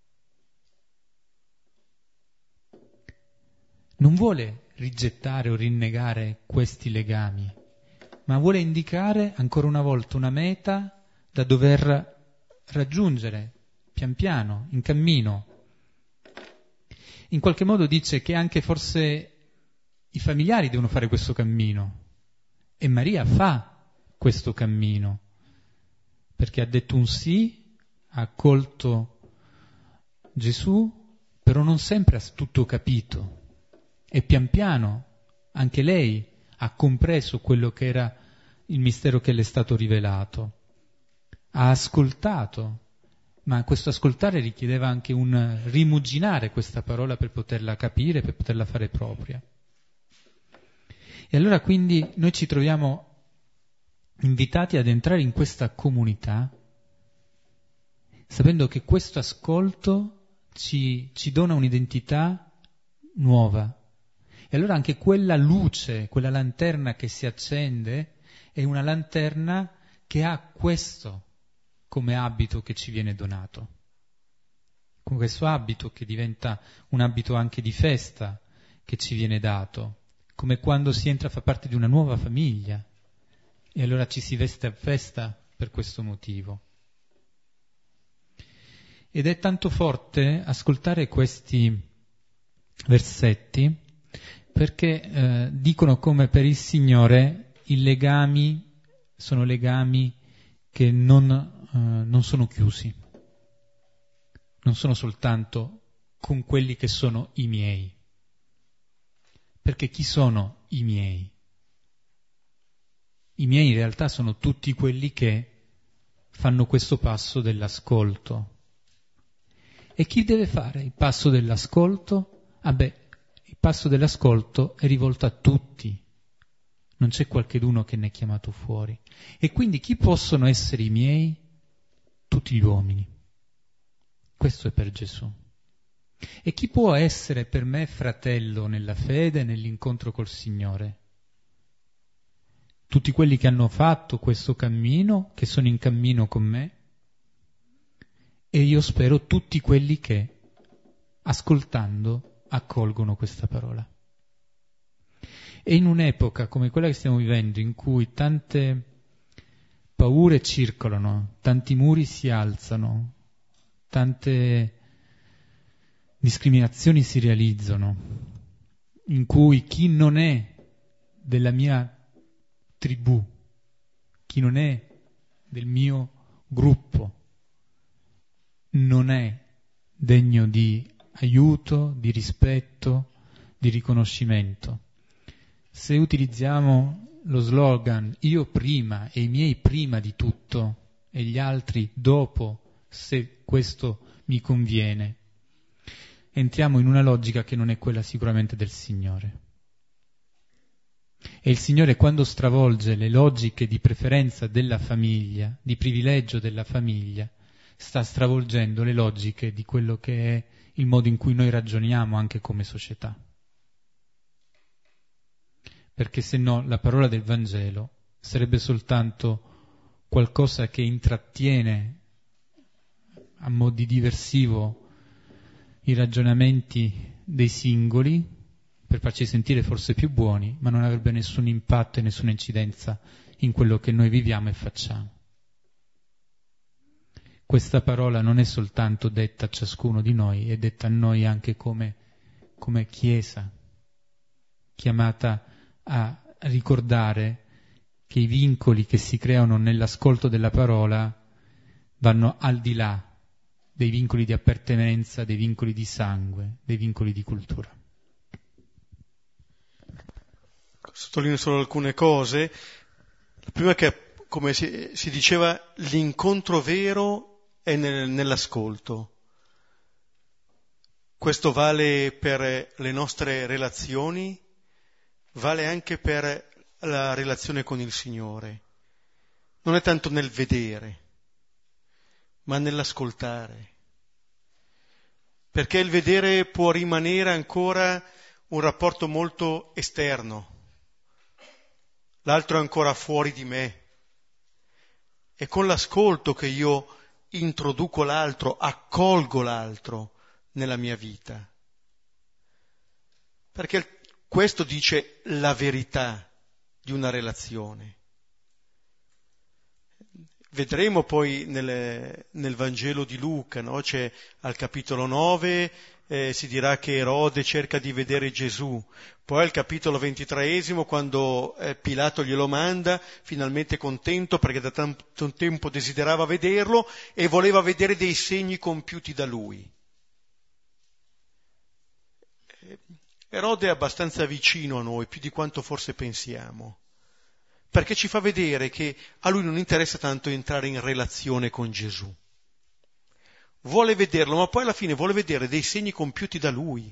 Non vuole rigettare o rinnegare questi legami, ma vuole indicare ancora una volta una meta da dover raggiungere pian piano, in cammino. In qualche modo dice che anche forse i familiari devono fare questo cammino, e Maria fa questo cammino, perché ha detto un sì, ha accolto Gesù, però non sempre ha tutto capito, e pian piano anche lei ha compreso quello che era il mistero che le è stato rivelato, ha ascoltato, ma questo ascoltare richiedeva anche un rimuginare questa parola per poterla capire, per poterla fare propria. E allora quindi noi ci troviamo invitati ad entrare in questa comunità, sapendo che questo ascolto ci dona un'identità nuova. E allora anche quella luce, quella lanterna che si accende, è una lanterna che ha questo come abito che ci viene donato. Con questo abito che diventa un abito anche di festa che ci viene dato, come quando si entra a far parte di una nuova famiglia. E allora ci si veste a festa per questo motivo. Ed è tanto forte ascoltare questi versetti perché dicono come per il Signore i legami sono legami che non sono chiusi, non sono soltanto con quelli che sono i miei. Perché chi sono i miei? I miei in realtà sono tutti quelli che fanno questo passo dell'ascolto. E chi deve fare il passo dell'ascolto? Il passo dell'ascolto è rivolto a tutti, non c'è qualcheduno che ne è chiamato fuori. E quindi chi possono essere i miei? Tutti gli uomini. Questo è per Gesù. E chi può essere per me fratello nella fede, nell'incontro col Signore? Tutti quelli che hanno fatto questo cammino, che sono in cammino con me, e io spero tutti quelli che, ascoltando, accolgono questa parola. E in un'epoca come quella che stiamo vivendo, in cui tante paure circolano, tanti muri si alzano, tante discriminazioni si realizzano, in cui chi non è della mia tribù, chi non è del mio gruppo, non è degno di aiuto, di rispetto, di riconoscimento. Se utilizziamo lo slogan io prima e i miei prima di tutto e gli altri dopo, se questo mi conviene, entriamo in una logica che non è quella sicuramente del Signore. E il Signore, quando stravolge le logiche di preferenza della famiglia, di privilegio della famiglia, sta stravolgendo le logiche di quello che è il modo in cui noi ragioniamo anche come società. Perché se no la parola del Vangelo sarebbe soltanto qualcosa che intrattiene a mo' di diversivo i ragionamenti dei singoli per farci sentire forse più buoni, ma non avrebbe nessun impatto e nessuna incidenza in quello che noi viviamo e facciamo. Questa parola non è soltanto detta a ciascuno di noi, è detta a noi anche come Chiesa, chiamata a ricordare che i vincoli che si creano nell'ascolto della parola vanno al di là dei vincoli di appartenenza, dei vincoli di sangue, dei vincoli di cultura. Sottolineo solo alcune cose. La prima è che, come si diceva, l'incontro vero è nell'ascolto. Questo vale per le nostre relazioni, vale anche per la relazione con il Signore. Non è tanto nel vedere, ma nell'ascoltare. Perché il vedere può rimanere ancora un rapporto molto esterno. L'altro è ancora fuori di me. È con l'ascolto che io introduco l'altro, accolgo l'altro nella mia vita. Perché questo dice la verità di una relazione. Vedremo poi nel Vangelo di Luca, no? C'è al capitolo 9, si dirà che Erode cerca di vedere Gesù. Poi al capitolo 23, quando Pilato glielo manda, finalmente contento perché da tanto tempo desiderava vederlo e voleva vedere dei segni compiuti da lui. Erode è abbastanza vicino a noi, più di quanto forse pensiamo, perché ci fa vedere che a lui non interessa tanto entrare in relazione con Gesù. Vuole vederlo, ma poi alla fine vuole vedere dei segni compiuti da lui.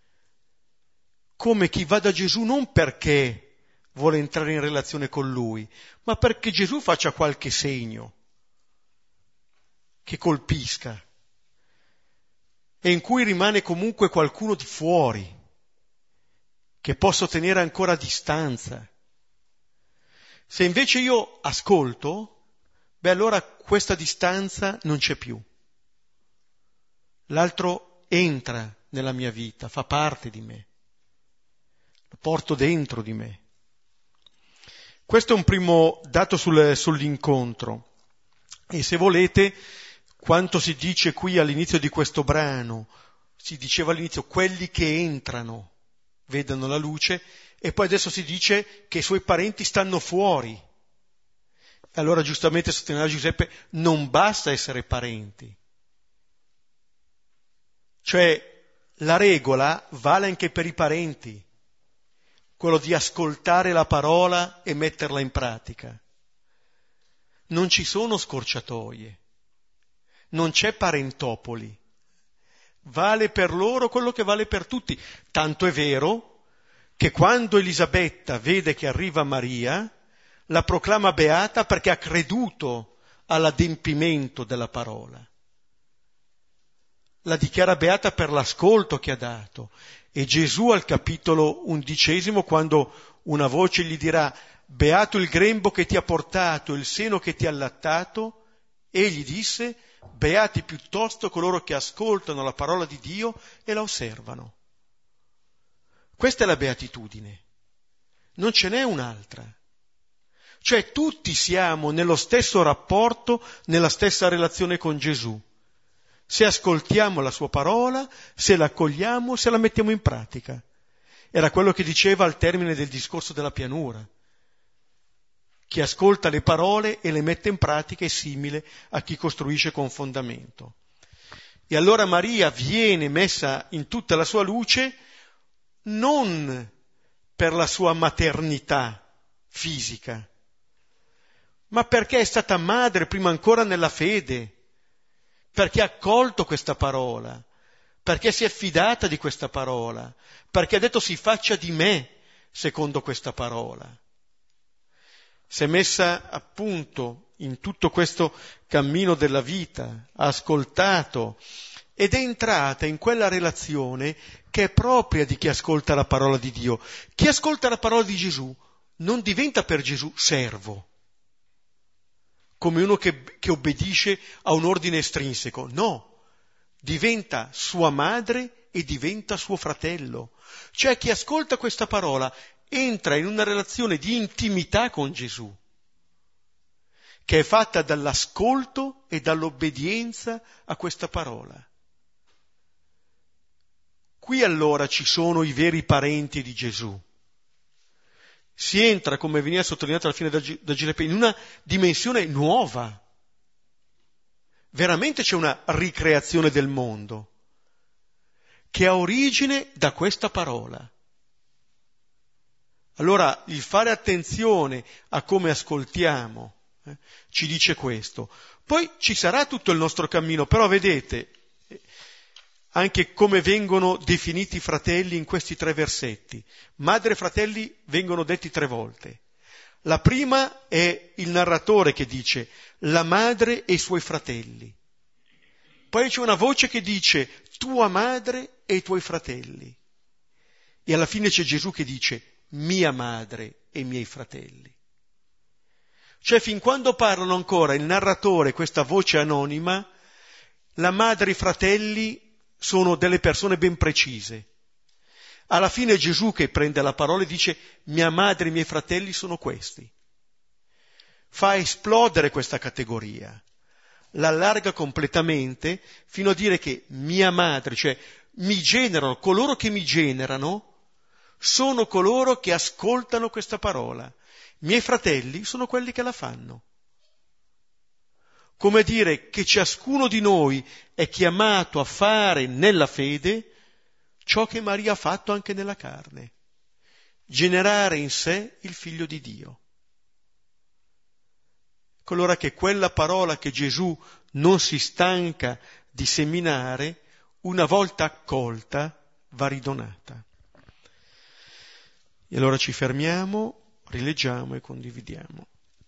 Come chi va da Gesù non perché vuole entrare in relazione con lui, ma perché Gesù faccia qualche segno che colpisca e in cui rimane comunque qualcuno di fuori, che posso tenere ancora a distanza. Se invece io ascolto, allora questa distanza non c'è più. L'altro entra nella mia vita, fa parte di me, lo porto dentro di me. Questo è un primo dato sull'incontro. E se volete, quanto si dice qui all'inizio di questo brano, si diceva all'inizio quelli che entrano vedono la luce, e poi adesso si dice che i suoi parenti stanno fuori. Allora giustamente sosteneva Giuseppe, non basta essere parenti. Cioè la regola vale anche per i parenti, quello di ascoltare la parola e metterla in pratica. Non ci sono scorciatoie, non c'è parentopoli. Vale per loro quello che vale per tutti. Tanto è vero che quando Elisabetta vede che arriva Maria, la proclama beata perché ha creduto all'adempimento della parola. La dichiara beata per l'ascolto che ha dato. E Gesù al capitolo 11, quando una voce gli dirà beato il grembo che ti ha portato, il seno che ti ha allattato, egli disse beati piuttosto coloro che ascoltano la parola di Dio e la osservano. Questa è la beatitudine, non ce n'è un'altra. Cioè tutti siamo nello stesso rapporto, nella stessa relazione con Gesù. Se ascoltiamo la sua parola, se la accogliamo, se la mettiamo in pratica. Era quello che diceva al termine del discorso della pianura. Chi ascolta le parole e le mette in pratica è simile a chi costruisce con fondamento. E allora Maria viene messa in tutta la sua luce non per la sua maternità fisica, ma perché è stata madre prima ancora nella fede, perché ha accolto questa parola, perché si è fidata di questa parola, perché ha detto si faccia di me secondo questa parola. Si è messa appunto in tutto questo cammino della vita, ha ascoltato ed è entrata in quella relazione che è propria di chi ascolta la parola di Dio. Chi ascolta la parola di Gesù non diventa per Gesù servo, come uno che obbedisce a un ordine estrinseco, no, diventa sua madre e diventa suo fratello. Cioè chi ascolta questa parola entra in una relazione di intimità con Gesù, che è fatta dall'ascolto e dall'obbedienza a questa parola. Qui allora ci sono i veri parenti di Gesù. Si entra, come veniva sottolineato alla fine da Giuseppe, in una dimensione nuova. Veramente c'è una ricreazione del mondo che ha origine da questa parola. Allora il fare attenzione a come ascoltiamo ci dice questo. Poi ci sarà tutto il nostro cammino, però vedete anche come vengono definiti i fratelli in questi 3 versetti. Madre e fratelli vengono detti 3 volte. La prima è il narratore che dice la madre e i suoi fratelli. Poi c'è una voce che dice tua madre e i tuoi fratelli. E alla fine c'è Gesù che dice mia madre e i miei fratelli. Cioè fin quando parlano ancora il narratore e questa voce anonima, la madre e i fratelli sono delle persone ben precise. Alla fine è Gesù che prende la parola e dice mia madre e i miei fratelli sono questi. Fa esplodere questa categoria, la allarga completamente fino a dire che mia madre, cioè mi generano, coloro che mi generano sono coloro che ascoltano questa parola. I miei fratelli sono quelli che la fanno. Come dire che ciascuno di noi è chiamato a fare nella fede ciò che Maria ha fatto anche nella carne, generare in sé il Figlio di Dio. Allora che quella parola che Gesù non si stanca di seminare, una volta accolta, va ridonata. E allora ci fermiamo, rileggiamo e condividiamo.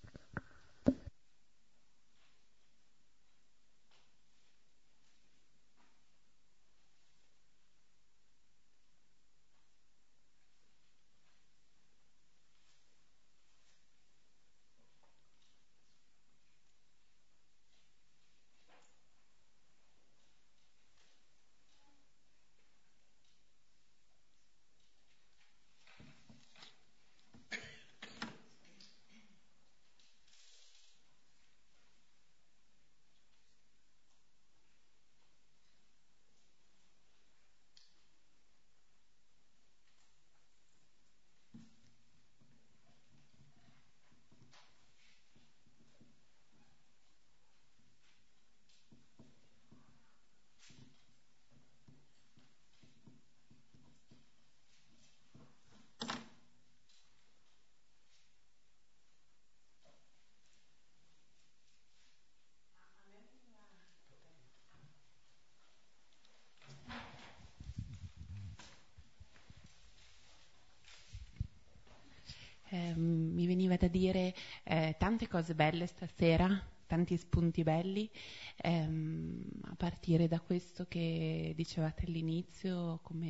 Mi veniva da dire tante cose belle stasera, tanti spunti belli, a partire da questo che dicevate all'inizio, come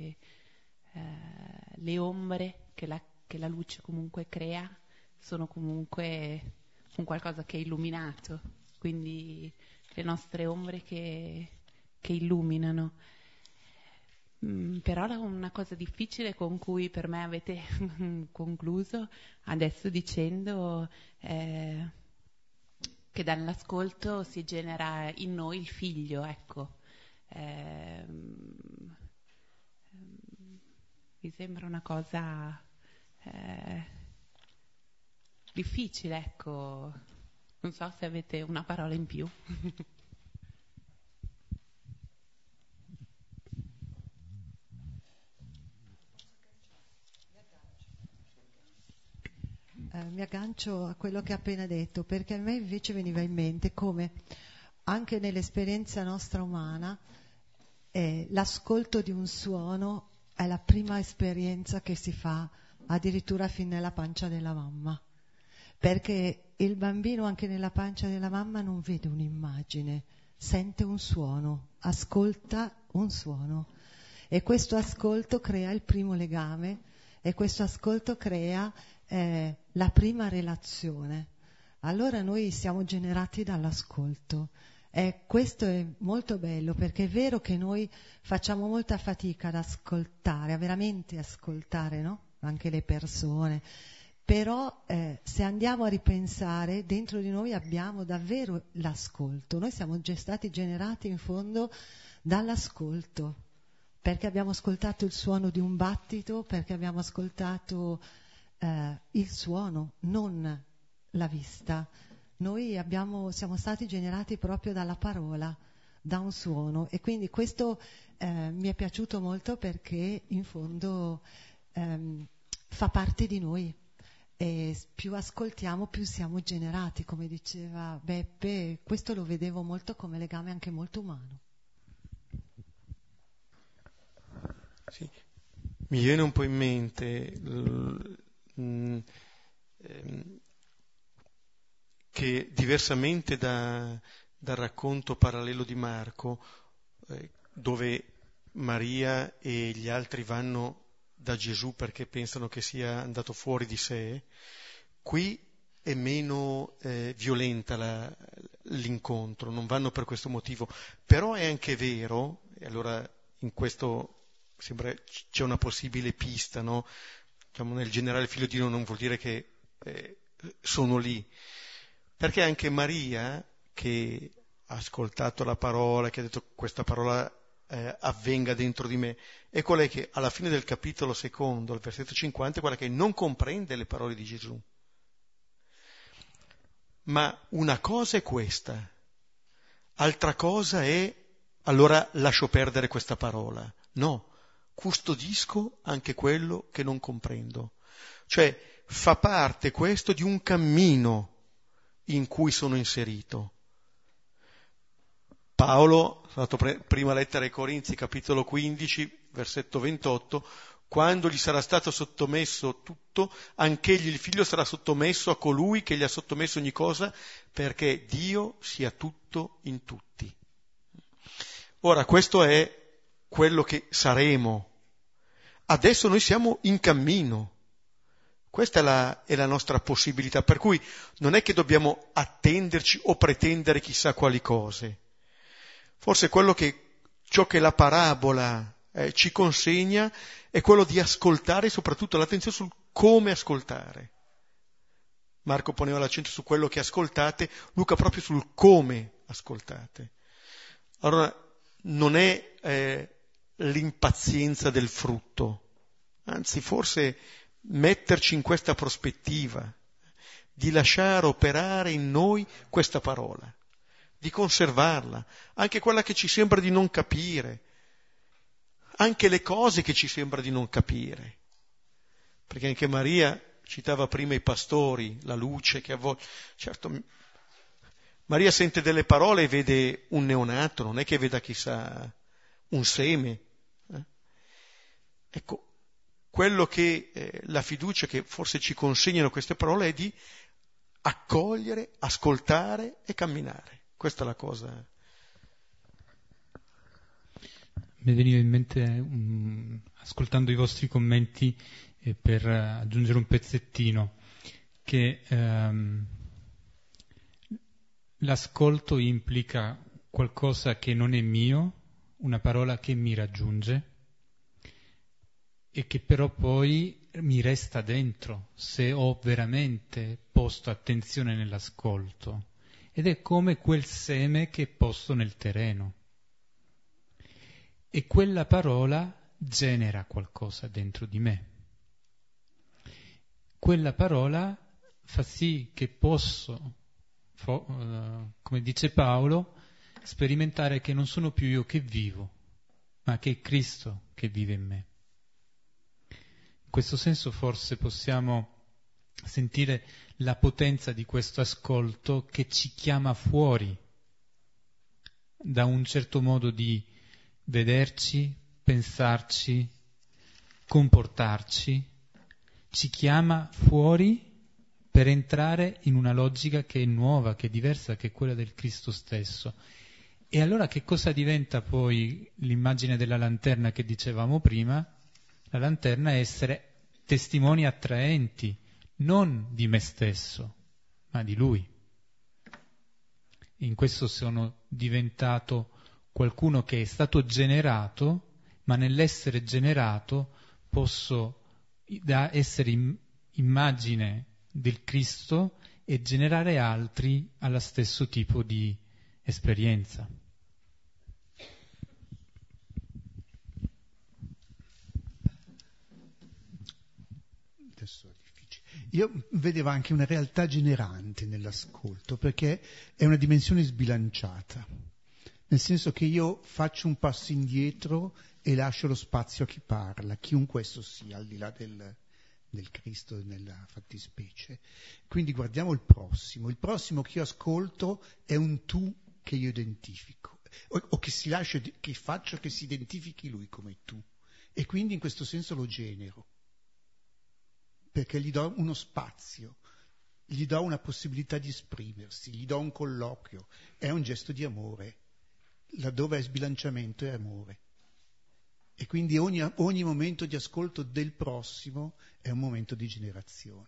le ombre che la luce comunque crea sono comunque un qualcosa che è illuminato, quindi le nostre ombre che illuminano. Però una cosa difficile con cui per me avete concluso adesso dicendo che dall'ascolto si genera in noi il figlio, ecco. Mi sembra una cosa difficile, ecco. Non so se avete una parola in più. mi aggancio a quello che ha appena detto, perché a me invece veniva in mente come anche nell'esperienza nostra umana l'ascolto di un suono è la prima esperienza che si fa addirittura fin nella pancia della mamma, perché il bambino anche nella pancia della mamma non vede un'immagine, sente un suono, ascolta un suono, e questo ascolto crea il primo legame, e questo ascolto crea la prima relazione. Allora noi siamo generati dall'ascolto. Questo è molto bello, perché è vero che noi facciamo molta fatica ad ascoltare, a veramente ascoltare, no? Anche le persone. Però se andiamo a ripensare, dentro di noi abbiamo davvero l'ascolto. Noi siamo stati generati in fondo dall'ascolto, perché abbiamo ascoltato il suono di un battito, perché abbiamo ascoltato il suono, non la vista. Noi siamo stati generati proprio dalla parola, da un suono, e quindi questo mi è piaciuto molto, perché in fondo fa parte di noi, e più ascoltiamo più siamo generati, come diceva Beppe. Questo lo vedevo molto come legame anche molto umano. Sì. Mi viene un po' in mente che diversamente dal racconto parallelo di Marco, dove Maria e gli altri vanno da Gesù perché pensano che sia andato fuori di sé, qui è meno violenta l'incontro, non vanno per questo motivo. Però è anche vero, e allora in questo sembra c'è una possibile pista, no? Diciamo, nel generale figlio di Dio non vuol dire che sono lì, perché anche Maria, che ha ascoltato la parola, che ha detto questa parola avvenga dentro di me, è quella che alla fine del capitolo 2, al versetto 50, è quella che non comprende le parole di Gesù. Ma una cosa è questa, altra cosa è allora lascio perdere questa parola. No, custodisco anche quello che non comprendo. Cioè fa parte questo di un cammino in cui sono inserito. Paolo, prima lettera ai Corinzi, capitolo 15, versetto 28, quando gli sarà stato sottomesso tutto, anch'egli il figlio sarà sottomesso a colui che gli ha sottomesso ogni cosa, perché Dio sia tutto in tutti. Ora, questo è quello che saremo. Adesso noi siamo in cammino. Questa è la nostra possibilità, per cui non è che dobbiamo attenderci o pretendere chissà quali cose. Forse ciò che la parabola ci consegna è quello di ascoltare, soprattutto l'attenzione sul come ascoltare. Marco poneva l'accento su quello che ascoltate, Luca proprio sul come ascoltate. Allora non è l'impazienza del frutto, anzi forse metterci in questa prospettiva di lasciare operare in noi questa parola, di conservarla, anche quella che ci sembra di non capire, anche le cose che ci sembra di non capire, perché anche Maria citava prima i pastori, la luce che a volte, certo, Maria sente delle parole e vede un neonato, non è che veda chissà un seme. Ecco, quello che la fiducia che forse ci consegnano queste parole è di accogliere, ascoltare e camminare. Questa è la cosa. Mi veniva in mente, ascoltando i vostri commenti, per aggiungere un pezzettino, che l'ascolto implica qualcosa che non è mio, una parola che mi raggiunge e che però poi mi resta dentro se ho veramente posto attenzione nell'ascolto, ed è come quel seme che è posto nel terreno e quella parola genera qualcosa dentro di me. Quella parola fa sì che posso, come dice Paolo, sperimentare che non sono più io che vivo, ma che è Cristo che vive in me. In questo senso forse possiamo sentire la potenza di questo ascolto che ci chiama fuori da un certo modo di vederci, pensarci, comportarci, ci chiama fuori per entrare in una logica che è nuova, che è diversa, che è quella del Cristo stesso. E allora che cosa diventa poi l'immagine della lanterna che dicevamo prima? La lanterna è essere testimoni attraenti, non di me stesso, ma di Lui. In questo sono diventato qualcuno che è stato generato, ma nell'essere generato posso essere immagine del Cristo e generare altri allo stesso tipo di esperienza. Adesso è difficile. Io vedevo anche una realtà generante nell'ascolto, perché è una dimensione sbilanciata, nel senso che io faccio un passo indietro e lascio lo spazio a chi parla, chiunque esso sia, al di là del Cristo nella fattispecie. Quindi guardiamo il prossimo che io ascolto è un tu che io identifico, o che si lascia, che faccio che si identifichi lui come tu, e quindi in questo senso lo genero, perché gli do uno spazio, gli do una possibilità di esprimersi, gli do un colloquio, è un gesto di amore, laddove è sbilanciamento è amore. E quindi ogni momento di ascolto del prossimo è un momento di generazione.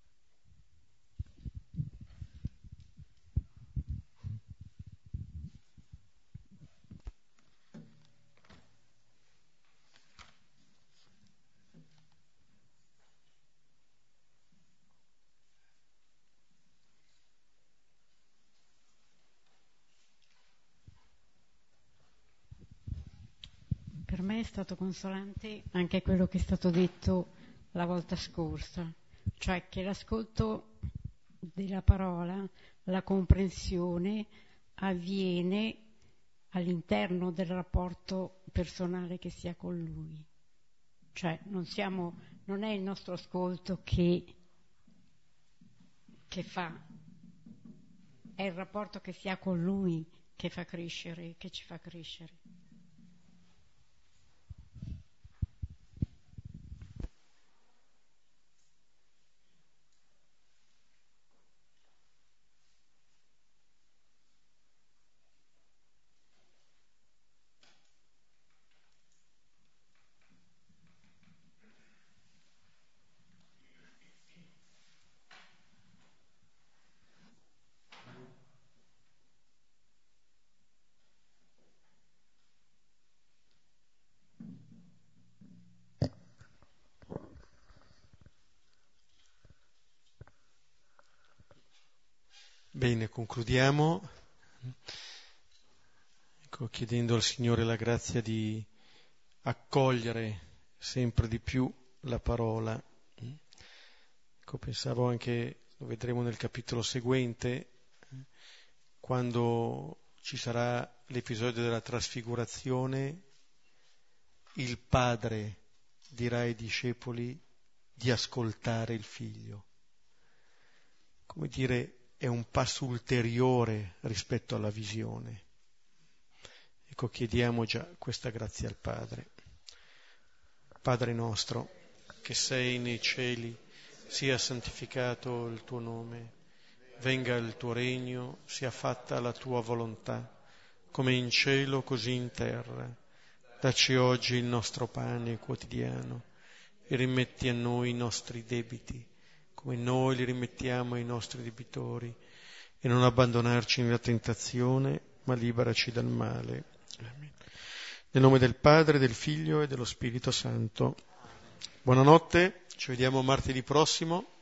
Per me è stato consolante anche quello che è stato detto la volta scorsa, cioè che l'ascolto della parola, la comprensione avviene all'interno del rapporto personale che si ha con lui. Cioè non è il nostro ascolto che fa, è il rapporto che si ha con lui che fa crescere, che ci fa crescere. Bene, concludiamo, chiedendo al Signore la grazia di accogliere sempre di più la parola. Pensavo anche, lo vedremo nel capitolo seguente, quando ci sarà l'episodio della trasfigurazione, il padre dirà ai discepoli di ascoltare il figlio. Come dire, è un passo ulteriore rispetto alla visione. Chiediamo già questa grazia al Padre. Padre nostro, che sei nei cieli, sia santificato il tuo nome, venga il tuo regno, sia fatta la tua volontà, come in cielo così in terra. Dacci oggi il nostro pane quotidiano e rimetti a noi i nostri debiti, come noi li rimettiamo ai nostri debitori, e non abbandonarci nella tentazione, ma liberaci dal male. Amen. Nel nome del Padre, del Figlio e dello Spirito Santo. Buonanotte, ci vediamo martedì prossimo.